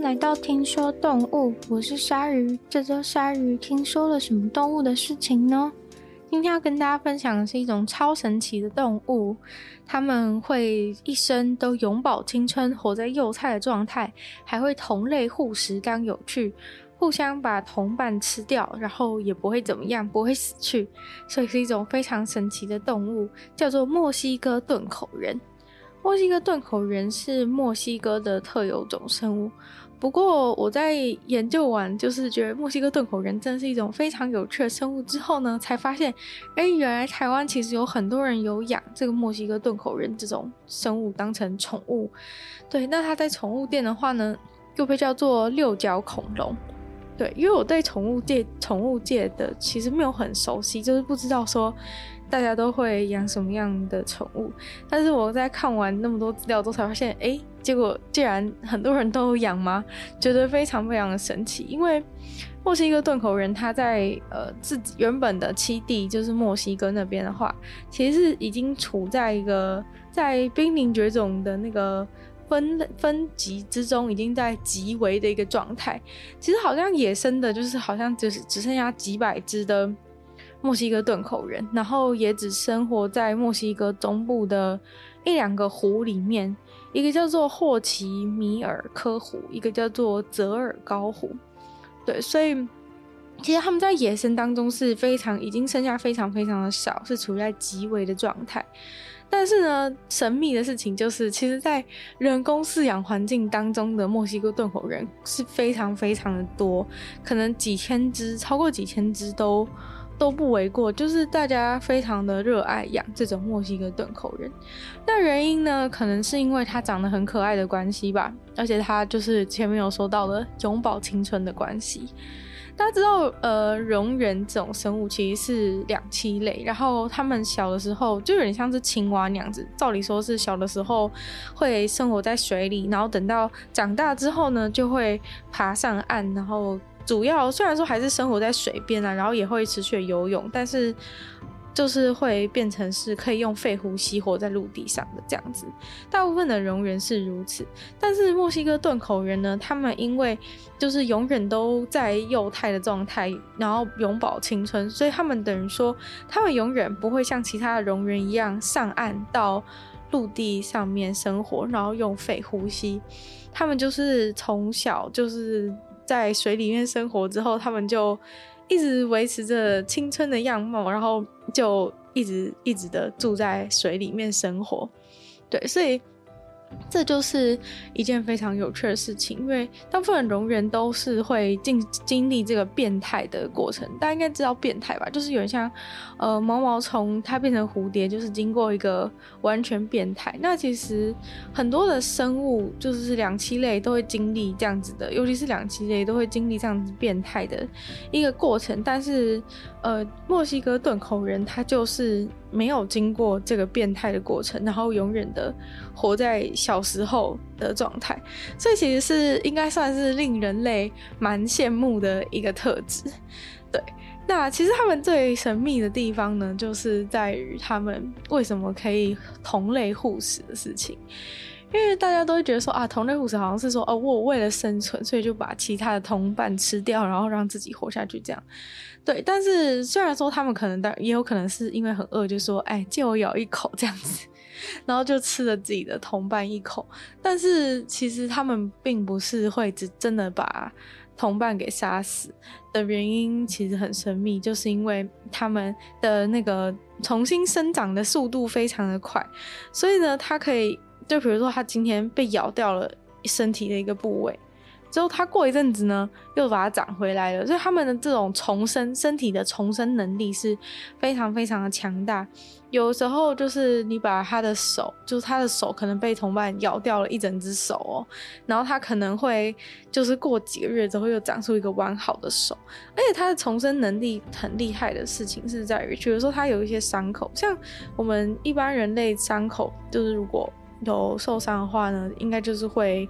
迎来到听说动物，我是鲨鱼。这周鲨鱼听说了什么动物的事情呢？今天要跟大家分享的是一种超神奇的动物，它们会一生都永葆青春，活在幼菜的状态，还会同类护食，刚有趣，互相把同伴吃掉，然后也不会怎么样，不会死去，所以是一种非常神奇的动物，叫做墨西哥盾口人。墨西哥盾口人是墨西哥的特有种生物，不过我在研究完就是觉得墨西哥盾口人真的是一种非常有趣的生物之后呢，才发现原来台湾其实有很多人有养这个墨西哥盾口人这种生物当成宠物。对，那它在宠物店的话呢，又被叫做六角恐龙。对，因为我对宠物界的其实没有很熟悉，就是不知道说大家都会养什么样的宠物，但是我在看完那么多资料之后才发现，结果既然很多人都有养吗？觉得非常非常的神奇。因为墨西哥盾口人他在自己原本的栖地就是墨西哥那边的话，其实是已经处在一个在濒临绝种的那个分级之中，已经在极危的一个状态。其实好像野生的就是好像只剩下几百只的墨西哥盾口人，然后也只生活在墨西哥中部的一两个湖里面，一个叫做霍奇米尔科湖，一个叫做泽尔高湖。对，所以其实他们在野生当中是已经剩下非常非常的少，是处在极危的状态。但是呢，神秘的事情就是，其实在人工饲养环境当中的墨西哥盾口人是非常非常的多，可能几千只，超过几千只都不为过，就是大家非常的热爱养这种墨西哥盾口人。那原因呢，可能是因为它长得很可爱的关系吧，而且它就是前面有说到的永葆青春的关系。大家知道蝾螈这种生物其实是两栖类，然后他们小的时候就有点像是青蛙那样子，照理说是小的时候会生活在水里，然后等到长大之后呢就会爬上岸，然后主要虽然说还是生活在水边啊，然后也会持续游泳，但是就是会变成是可以用肺呼吸活在陆地上的这样子。大部分的蝾螈是如此，但是墨西哥盾口人呢，他们因为就是永远都在幼态的状态，然后永葆青春，所以他们等于说他们永远不会像其他的蝾螈一样上岸到陆地上面生活，然后用肺呼吸。他们就是从小就是在水里面生活之后，他们就一直维持着青春的样貌，然后就一直的住在水里面生活。对，所以这就是一件非常有趣的事情，因为大部分的蝾螈都是会经历这个变态的过程。大家应该知道变态吧，就是有点像毛毛虫它变成蝴蝶，就是经过一个完全变态。那其实很多的生物就是两栖类都会经历这样子的，尤其是两栖类都会经历这样子变态的一个过程。但是墨西哥盾口人他就是没有经过这个变态的过程，然后永远的活在小时候的状态，所以其实是应该算是令人类蛮羡慕的一个特质。对，那其实他们最神秘的地方呢，就是在于他们为什么可以同类护食的事情。因为大家都会觉得说啊，同类护食好像是说我为了生存，所以就把其他的同伴吃掉，然后让自己活下去这样。对，但是虽然说他们可能也有可能是因为很饿，就说借我咬一口这样子，然后就吃了自己的同伴一口，但是其实他们并不是会真的把同伴给杀死的原因其实很神秘，就是因为他们的那个重新生长的速度非常的快，所以呢他可以就比如说他今天被咬掉了身体的一个部位之后，他过一阵子呢又把它长回来了，所以他们的这种身体的重生能力是非常非常的强大。有时候就是你把他的手可能被同伴咬掉了一整只手然后他可能会就是过几个月之后又长出一个完好的手。而且他的重生能力很厉害的事情是在于，比如说他有一些伤口，像我们一般人类伤口就是如果有受伤的话呢，应该就是会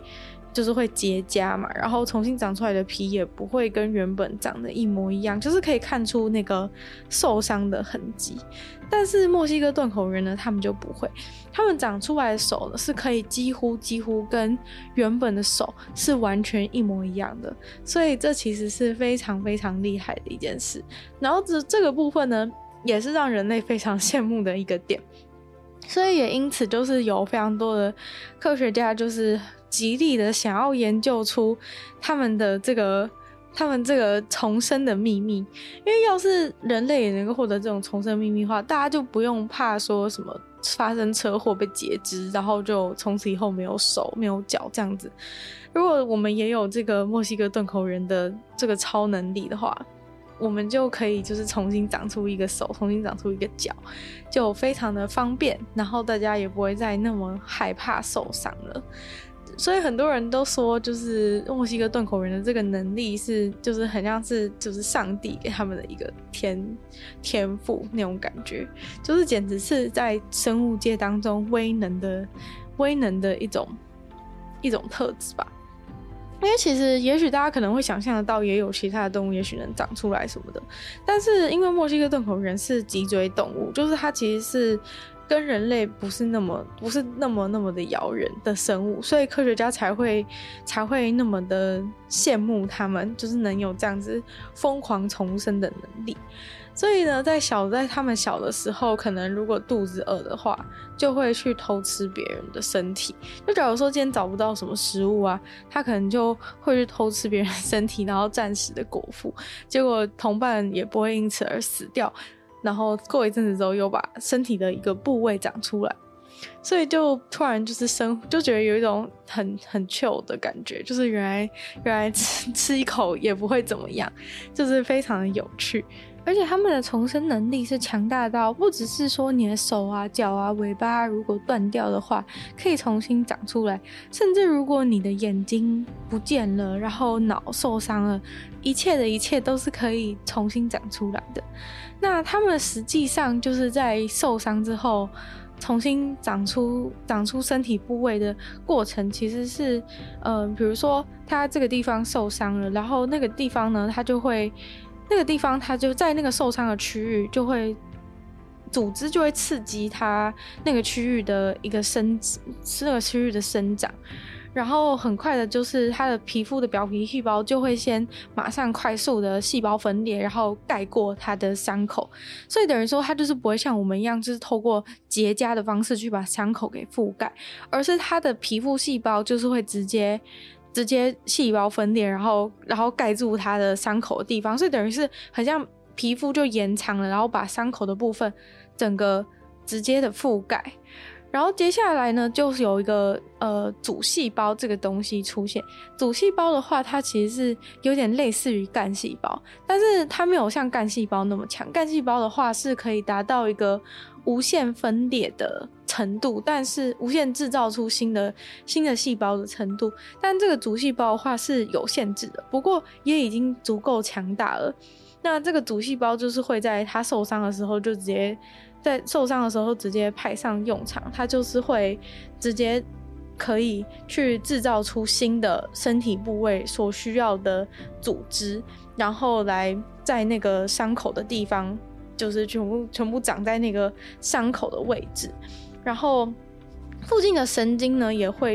就是会结痂嘛，然后重新长出来的皮也不会跟原本长得一模一样，就是可以看出那个受伤的痕迹。但是墨西哥盾口人呢，他们就不会，他们长出来的手呢是可以几乎跟原本的手是完全一模一样的，所以这其实是非常非常厉害的一件事。然后这个部分呢，也是让人类非常羡慕的一个点。所以也因此就是有非常多的科学家就是极力的想要研究出他们这个重生的秘密，因为要是人类也能够获得这种重生秘密的话，大家就不用怕说什么发生车祸被截肢，然后就从此以后没有手没有脚这样子。如果我们也有这个墨西哥盾口人的这个超能力的话，我们就可以就是重新长出一个手，重新长出一个脚，就非常的方便，然后大家也不会再那么害怕受伤了。所以很多人都说，就是墨西哥盾口人的这个能力是，就是很像是就是上帝给他们的一个天赋那种感觉，就是简直是在生物界当中威能的一种特质吧。因为其实也许大家可能会想象得到，也有其他的动物也许能长出来什么的，但是因为墨西哥盾口人是脊椎动物，就是它其实是跟人类不是那么的遥远的生物，所以科学家才会那么的羡慕他们，就是能有这样子疯狂重生的能力。所以呢，在他们小的时候，可能如果肚子饿的话，就会去偷吃别人的身体。就假如说今天找不到什么食物啊，他可能就会去偷吃别人的身体，然后暂时的果腹，结果同伴也不会因此而死掉。然后过一阵子之后，又把身体的一个部位长出来，所以就突然就是就觉得有一种很 chill 的感觉，就是原来吃一口也不会怎么样，就是非常的有趣。而且他们的重生能力是强大到不只是说你的手啊、脚啊、尾巴啊如果断掉的话可以重新长出来，甚至如果你的眼睛不见了，然后脑受伤了，一切都是可以重新长出来的。那他们实际上就是在受伤之后重新长出身体部位的过程，其实是比如说他这个地方受伤了，然后那个地方呢，它就在那个受伤的区域就会组织就会刺激它那个区域的一个生长，然后很快的就是它的皮肤的表皮细胞就会先马上快速的细胞分裂，然后盖过它的伤口，所以等于说它就是不会像我们一样就是透过结痂的方式去把伤口给覆盖，而是它的皮肤细胞就是会直接细胞分裂，然后盖住它的伤口的地方，所以等于是很像皮肤就延长了，然后把伤口的部分整个直接的覆盖。然后接下来呢，就是有一个组细胞这个东西出现。组细胞的话，它其实是有点类似于干细胞，但是它没有像干细胞那么强。干细胞的话是可以达到一个无限分裂的程度，但是无限制造出新的细胞的程度，但这个组细胞的话是有限制的，不过也已经足够强大了。那这个组细胞就是会在它受伤的时候就直接派上用场，它就是会直接可以去制造出新的身体部位所需要的组织，然后来在那个伤口的地方就是全部长在那个伤口的位置，然后附近的神经呢也会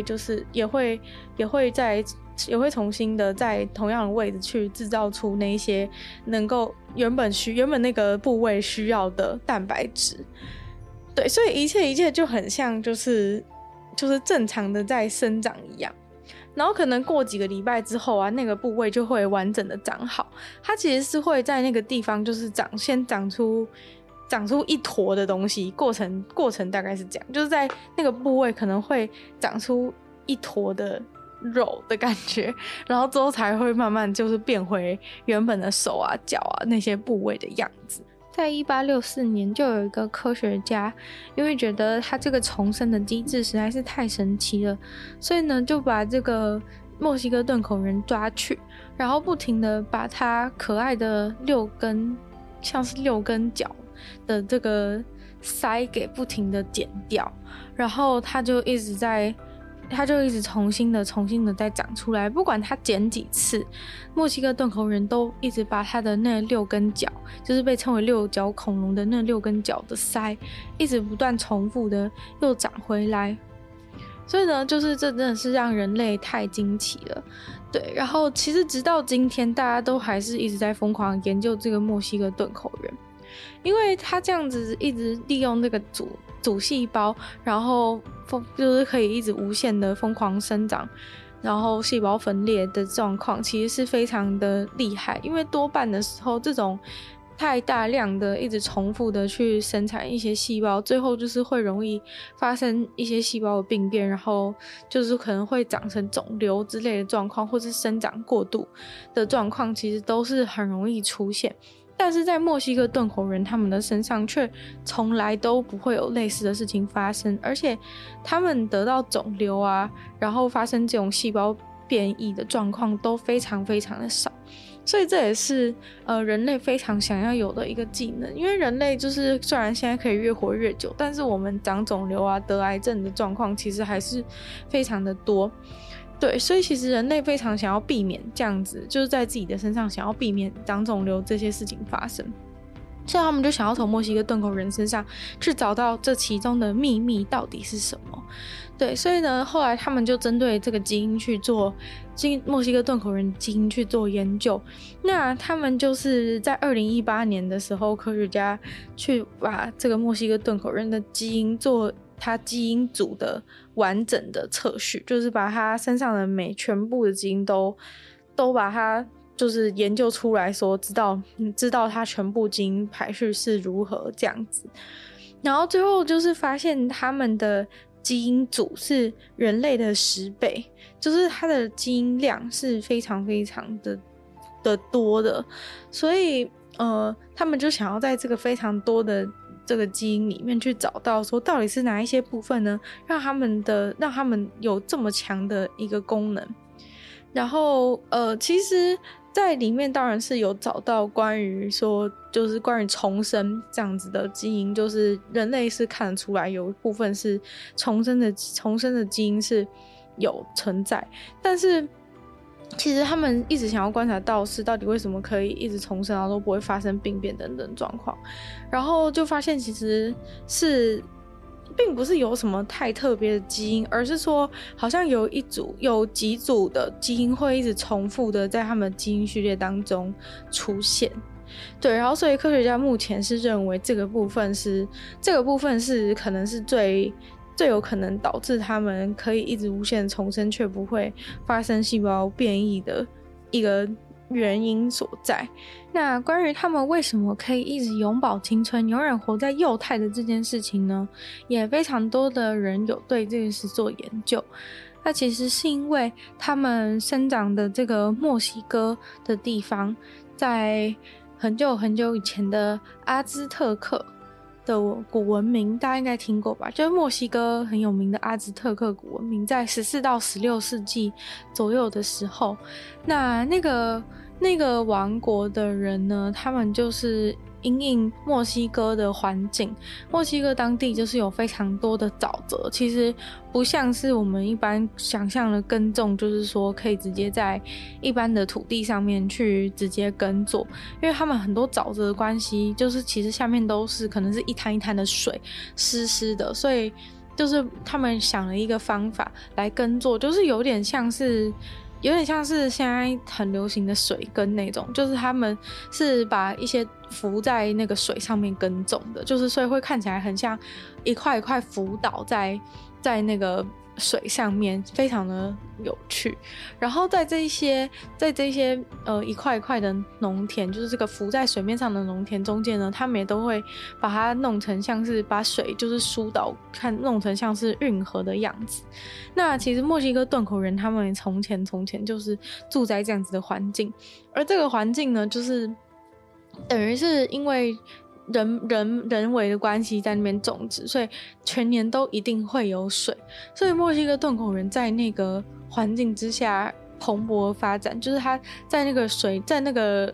重新的在同样的位置去制造出那一些能够原本那个部位需要的蛋白质。对，所以一切就很像就是正常的在生长一样。然后可能过几个礼拜之后啊，那个部位就会完整的长好。它其实是会在那个地方就是先长出一坨的东西，过程大概是这样，就是在那个部位可能会长出一坨的肉的感觉，然后之后才会慢慢就是变回原本的手啊、脚啊那些部位的样子。在1864年就有一个科学家因为觉得他这个重生的机制实在是太神奇了，所以呢就把这个墨西哥盾口人抓去，然后不停的把他可爱的像是6根脚的这个鳃给不停的剪掉，然后他就一直在一直重新的再长出来，不管它剪几次，墨西哥盾口人都一直把它的那6根角，就是被称为6角恐龙的那6根角的鳃，一直不断重复的又长回来。所以呢，就是这真的是让人类太惊奇了。对，然后其实直到今天，大家都还是一直在疯狂研究这个墨西哥盾口人，因为他这样子一直利用这个主细胞，然后就是可以一直无限的疯狂生长，然后细胞分裂的状况，其实是非常的厉害。因为多半的时候，这种太大量的一直重复的去生产一些细胞，最后就是会容易发生一些细胞的病变，然后就是可能会长成肿瘤之类的状况，或是生长过度的状况，其实都是很容易出现。但是在墨西哥盾口人他们的身上却从来都不会有类似的事情发生，而且他们得到肿瘤啊，然后发生这种细胞变异的状况都非常非常的少。所以这也是人类非常想要有的一个技能，因为人类就是虽然现在可以越活越久，但是我们长肿瘤啊、得癌症的状况其实还是非常的多。对，所以其实人类非常想要避免这样子，就是在自己的身上想要避免长肿瘤这些事情发生。所以他们就想要从墨西哥盾口人身上去找到这其中的秘密到底是什么。对，所以呢，后来他们就针对这个基因去做墨西哥盾口人基因去做研究。那他们就是在2018年的时候，科学家去把这个墨西哥盾口人的基因做他基因组的完整的测序，就是把他身上的全部的基因都把它就是研究出来，说知道他全部基因排序是如何这样子。然后最后就是发现他们的基因组是人类的10倍，就是它的基因量是非常非常的多的。所以他们就想要在这个非常多的这个基因里面去找到说到底是哪一些部分呢，让他们有这么强的一个功能。然后其实在里面当然是有找到关于重生这样子的基因，就是人类是看得出来有一部分是重生的基因是有存在，但是其实他们一直想要观察到是到底为什么可以一直重生，然后都不会发生病变等等状况，然后就发现其实是并不是有什么太特别的基因，而是说好像有几组的基因会一直重复的在他们基因序列当中出现。对，然后所以科学家目前是认为这个部分是可能是最有可能导致他们可以一直无限重生却不会发生细胞变异的一个原因所在。那关于他们为什么可以一直永葆青春，永远活在幼态的这件事情呢，也非常多的人有对这件事做研究。那其实是因为他们生长的这个墨西哥的地方，在很久很久以前的阿兹特克的古文明，大家应该听过吧，就是墨西哥很有名的阿兹特克古文明，在14到16世纪左右的时候，那个王国的人呢，他们就是因应墨西哥的环境，墨西哥当地就是有非常多的沼泽，其实不像是我们一般想象的耕种，就是说可以直接在一般的土地上面去直接耕作，因为他们很多沼泽的关系，就是其实下面都是可能是一滩一滩的水，湿湿的，所以就是他们想了一个方法来耕作，就是有点像是现在很流行的水耕那种，就是他们是把一些浮在那个水上面耕种的，就是所以会看起来很像一块一块浮岛在那个水上面，非常的有趣。然后在这一些一块一块的农田，就是这个浮在水面上的农田中间呢，他们也都会把它弄成像是把水就是疏导，弄成像是运河的样子。那其实墨西哥盾口人他们从前就是住在这样子的环境，而这个环境呢，就是等于是因为人为的关系在那边种植，所以全年都一定会有水，所以墨西哥盾口人在那个环境之下蓬勃发展，就是他在那个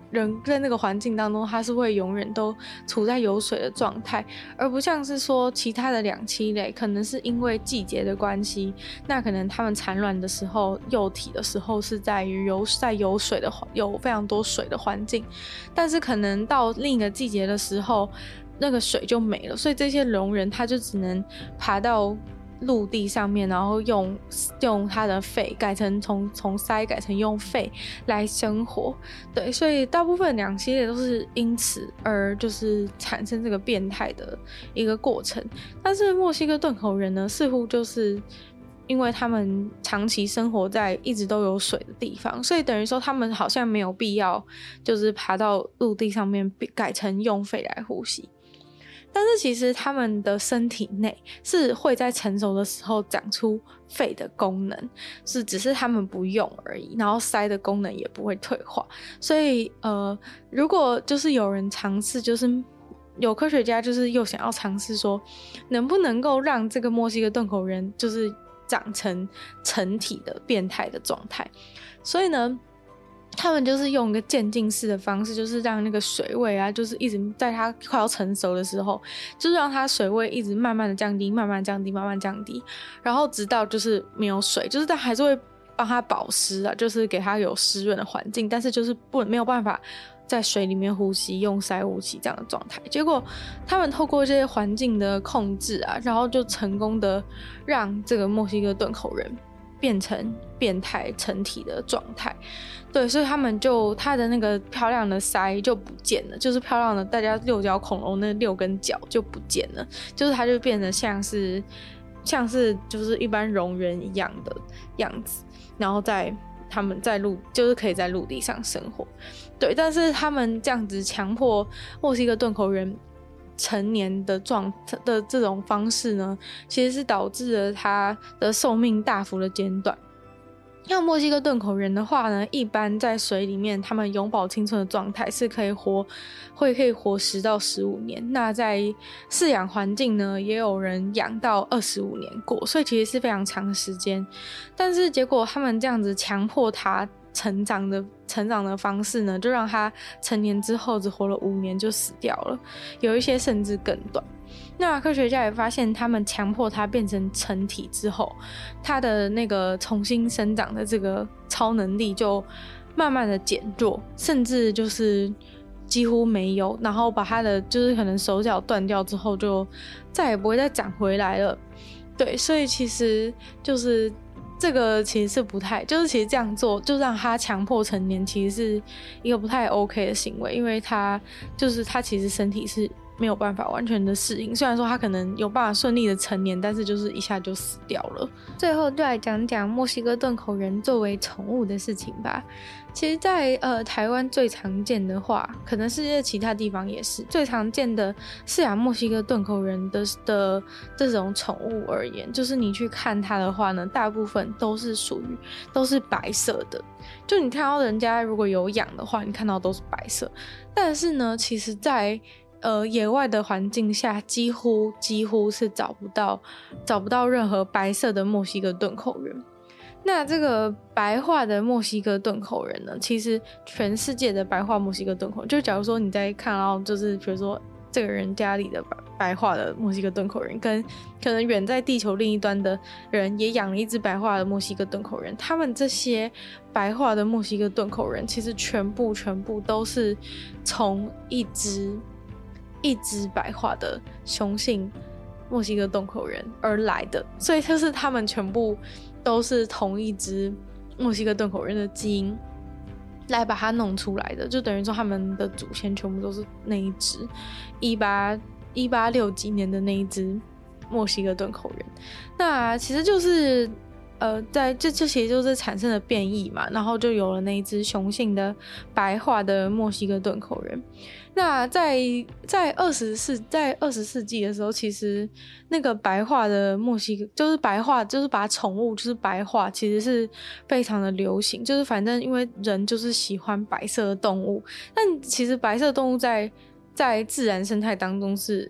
人在那个环境当中，它是会永远都处在有水的状态，而不像是说其他的两栖类，可能是因为季节的关系，那可能它们产卵的时候，幼体的时候是在于在有水的有非常多水的环境，但是可能到另一个季节的时候，那个水就没了，所以这些龙人它就只能爬到陆地上面，然后用它的肺改成从鳃改成用肺来生活。对，所以大部分两栖类都是因此而就是产生这个变态的一个过程。但是墨西哥盾口人呢，似乎就是因为他们长期生活在一直都有水的地方，所以等于说他们好像没有必要就是爬到陆地上面改成用肺来呼吸。但是其实他们的身体内是会在成熟的时候长出肺的功能，只是他们不用而已，然后鳃的功能也不会退化。所以如果就是有人尝试，就是有科学家就是又想要尝试说能不能够让这个墨西哥盾口人就是长成成体的变态的状态，所以呢他们就是用一个渐进式的方式，就是让那个水位啊，就是一直在它快要成熟的时候，就是让它水位一直慢慢的降低，慢慢降低，慢慢降低，然后直到就是没有水，就是它还是会帮它保湿啊，就是给它有湿润的环境，但是就是没有办法在水里面呼吸，用鳃呼吸这样的状态。结果他们透过这些环境的控制啊，然后就成功的让这个墨西哥盾口人变成变态成体的状态。对，所以他的那个漂亮的鳃就不见了，就是漂亮的大家六角恐龙那6根角就不见了，就是它就变得像是就是一般蝾螈一样的样子，然后他们就是可以在陆地上生活。对，但是他们这样子强迫墨西哥盾口人成年的这种方式呢，其实是导致了他的寿命大幅的减短。像墨西哥盾口人的话呢，一般在水里面他们永葆青春的状态是可以活10到15年，那在饲养环境呢也有人养到25年过，所以其实是非常长的时间。但是结果他们这样子强迫他成长的方式呢，就让他成年之后只活了5年就死掉了，有一些甚至更短。那科学家也发现，他们强迫它变成成体之后，它的那个重新生长的这个超能力就慢慢的减弱，甚至就是几乎没有，然后把它的就是可能手脚断掉之后，就再也不会再长回来了。对，所以其实就是这个其实是不太，就是其实这样做就让他强迫成年，其实是一个不太 OK 的行为，因为他其实身体是没有办法完全的适应，虽然说他可能有办法顺利的成年，但是就是一下就死掉了。最后就来讲讲墨西哥盾口人作为宠物的事情吧。其实在台湾最常见的话，可能世界其他地方也是最常见的饲养墨西哥盾口人的这种宠物而言，就是你去看它的话呢，大部分都是白色的，就你看到人家如果有养的话，你看到都是白色。但是呢，其实在野外的环境下，几乎是找不到任何白色的墨西哥盾口人。那这个白化的墨西哥盾口人呢，其实全世界的白化墨西哥盾口人，就假如说你在看到就是比如说这个人家里的白化的墨西哥盾口人，跟可能远在地球另一端的人也养了一只白化的墨西哥盾口人，他们这些白化的墨西哥盾口人其实全部都是从一只白化的雄性墨西哥盾口人而来的，所以就是他们全部都是同一只墨西哥盾口人的基因来把它弄出来的，就等于说他们的祖先全部都是那一只1860几年的那一只墨西哥盾口人。那其实就是这其实就是产生了变异嘛，然后就有了那一只雄性的白化的墨西哥盾口人。那在20世纪的时候，其实那个白化的墨西哥就是白化，就是把宠物就是白化，其实是非常的流行。就是反正因为人就是喜欢白色的动物，但其实白色动物在自然生态当中是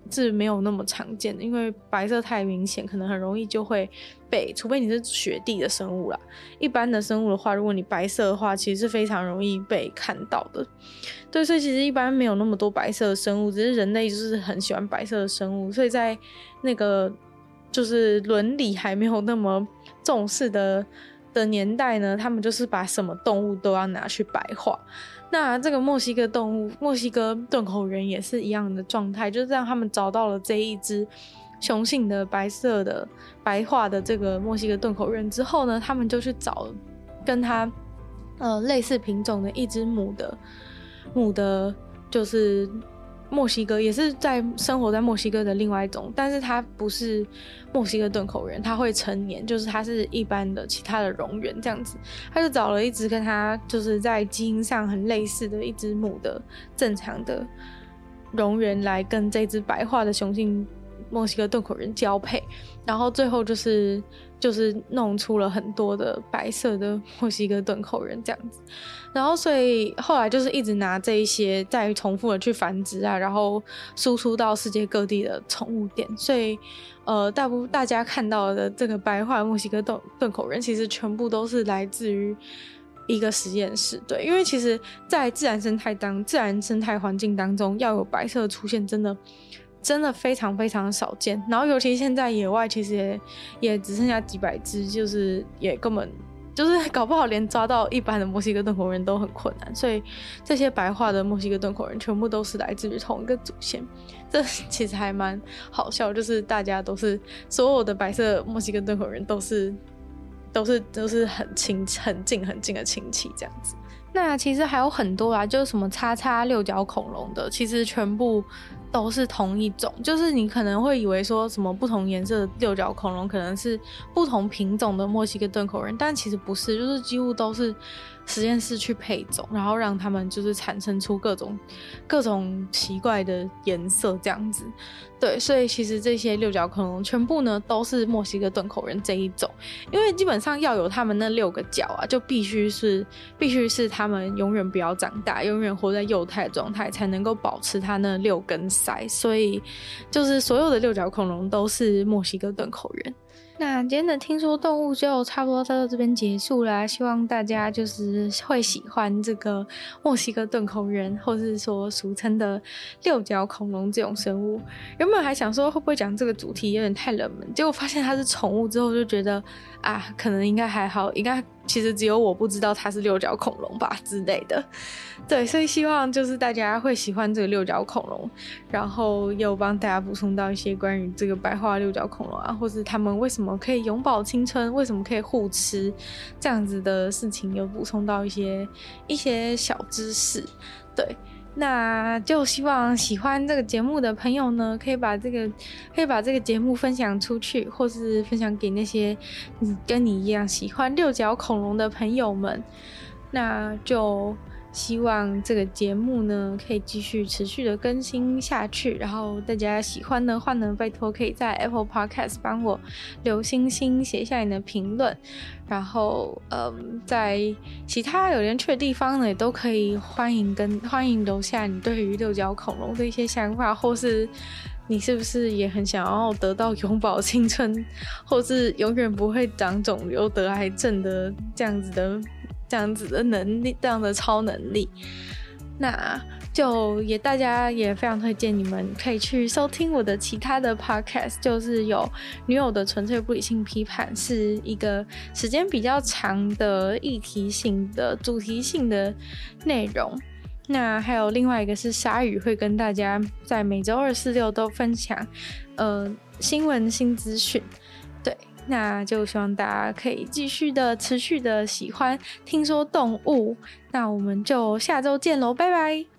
是没有那么常见的，因为白色太明显，可能很容易就会被，除非你是雪地的生物啦。一般的生物的话，如果你白色的话，其实是非常容易被看到的。对，所以其实一般没有那么多白色的生物，只是人类就是很喜欢白色的生物，所以在那个就是伦理还没有那么重视的年代呢，他们就是把什么动物都要拿去白化。那这个墨西哥盾口人也是一样的状态，就是让他们找到了这一只雄性的白色的白化的这个墨西哥盾口人之后呢，他们就去找跟它类似品种的一只母的就是墨西哥，也是生活在墨西哥的另外一种，但是它不是墨西哥盾口人，它会成年，就是它是一般的其他的蝾螈这样子。他就找了一只跟它就是在基因上很类似的一只母的正常的蝾螈来跟这只白化的雄性墨西哥盾口人交配，然后最后就是弄出了很多的白色的墨西哥盾口人这样子。然后所以后来就是一直拿这一些再重复的去繁殖啊，然后输出到世界各地的宠物店。所以大家看到的这个白化的墨西哥盾口人其实全部都是来自于一个实验室。对，因为其实在自然生态环境当中要有白色出现真的非常非常少见，然后尤其现在野外其实也只剩下几百只，就是也根本就是搞不好连抓到一般的墨西哥盾口人都很困难，所以这些白化的墨西哥盾口人全部都是来自于同一个祖先。这其实还蛮好笑，就是大家都是所有的白色墨西哥盾口人都是很近的亲戚这样子。那其实还有很多啦，就是什么叉叉六角恐龙的，其实全部都是同一种。就是你可能会以为说什么不同颜色的六角恐龙可能是不同品种的墨西哥盾口人，但其实不是，就是几乎都是实验室去配种，然后让他们就是产生出各种奇怪的颜色这样子。对，所以其实这些六角恐龙全部呢都是墨西哥盾口人这一种，因为基本上要有他们那6个角啊，就必须是他们永远不要长大，永远活在幼态状态，才能够保持它那6根鳃。所以就是所有的六角恐龙都是墨西哥盾口人。那今天的听说动物就差不多到这边结束啦，希望大家就是会喜欢这个墨西哥盾口人，或是说俗称的六角恐龙这种生物。原本还想说会不会讲这个主题有点太冷门，结果发现它是宠物之后就觉得可能应该还好，应该其实只有我不知道它是六角恐龙吧之类的。对，所以希望就是大家会喜欢这个六角恐龙，然后又帮大家补充到一些关于这个白化六角恐龙啊，或是他们为什么可以永葆青春，为什么可以互吃这样子的事情，有补充到一些小知识。对，那就希望喜欢这个节目的朋友呢，可以把这个节目分享出去，或是分享给那些跟你一样喜欢六角恐龙的朋友们。那就希望这个节目呢可以继续持续的更新下去，然后大家喜欢的话呢，拜托可以在 Apple Podcast 帮我留星星，写下你的评论，然后在其他有人去的地方呢，也都可以欢迎留下你对于六角恐龙的一些想法，或是你是不是也很想要得到永葆青春，或是永远不会长肿瘤得癌症的这样子的能力，这样的超能力。那就大家也非常推荐你们可以去收听我的其他的 podcast， 就是有女友的纯粹不理性批判，是一个时间比较长的议题性的主题性的内容。那还有另外一个是鲨鱼，会跟大家在每周2、4、6都分享新闻新资讯。对，那就希望大家可以继续的持续的喜欢听说动物，那我们就下周见咯，拜拜。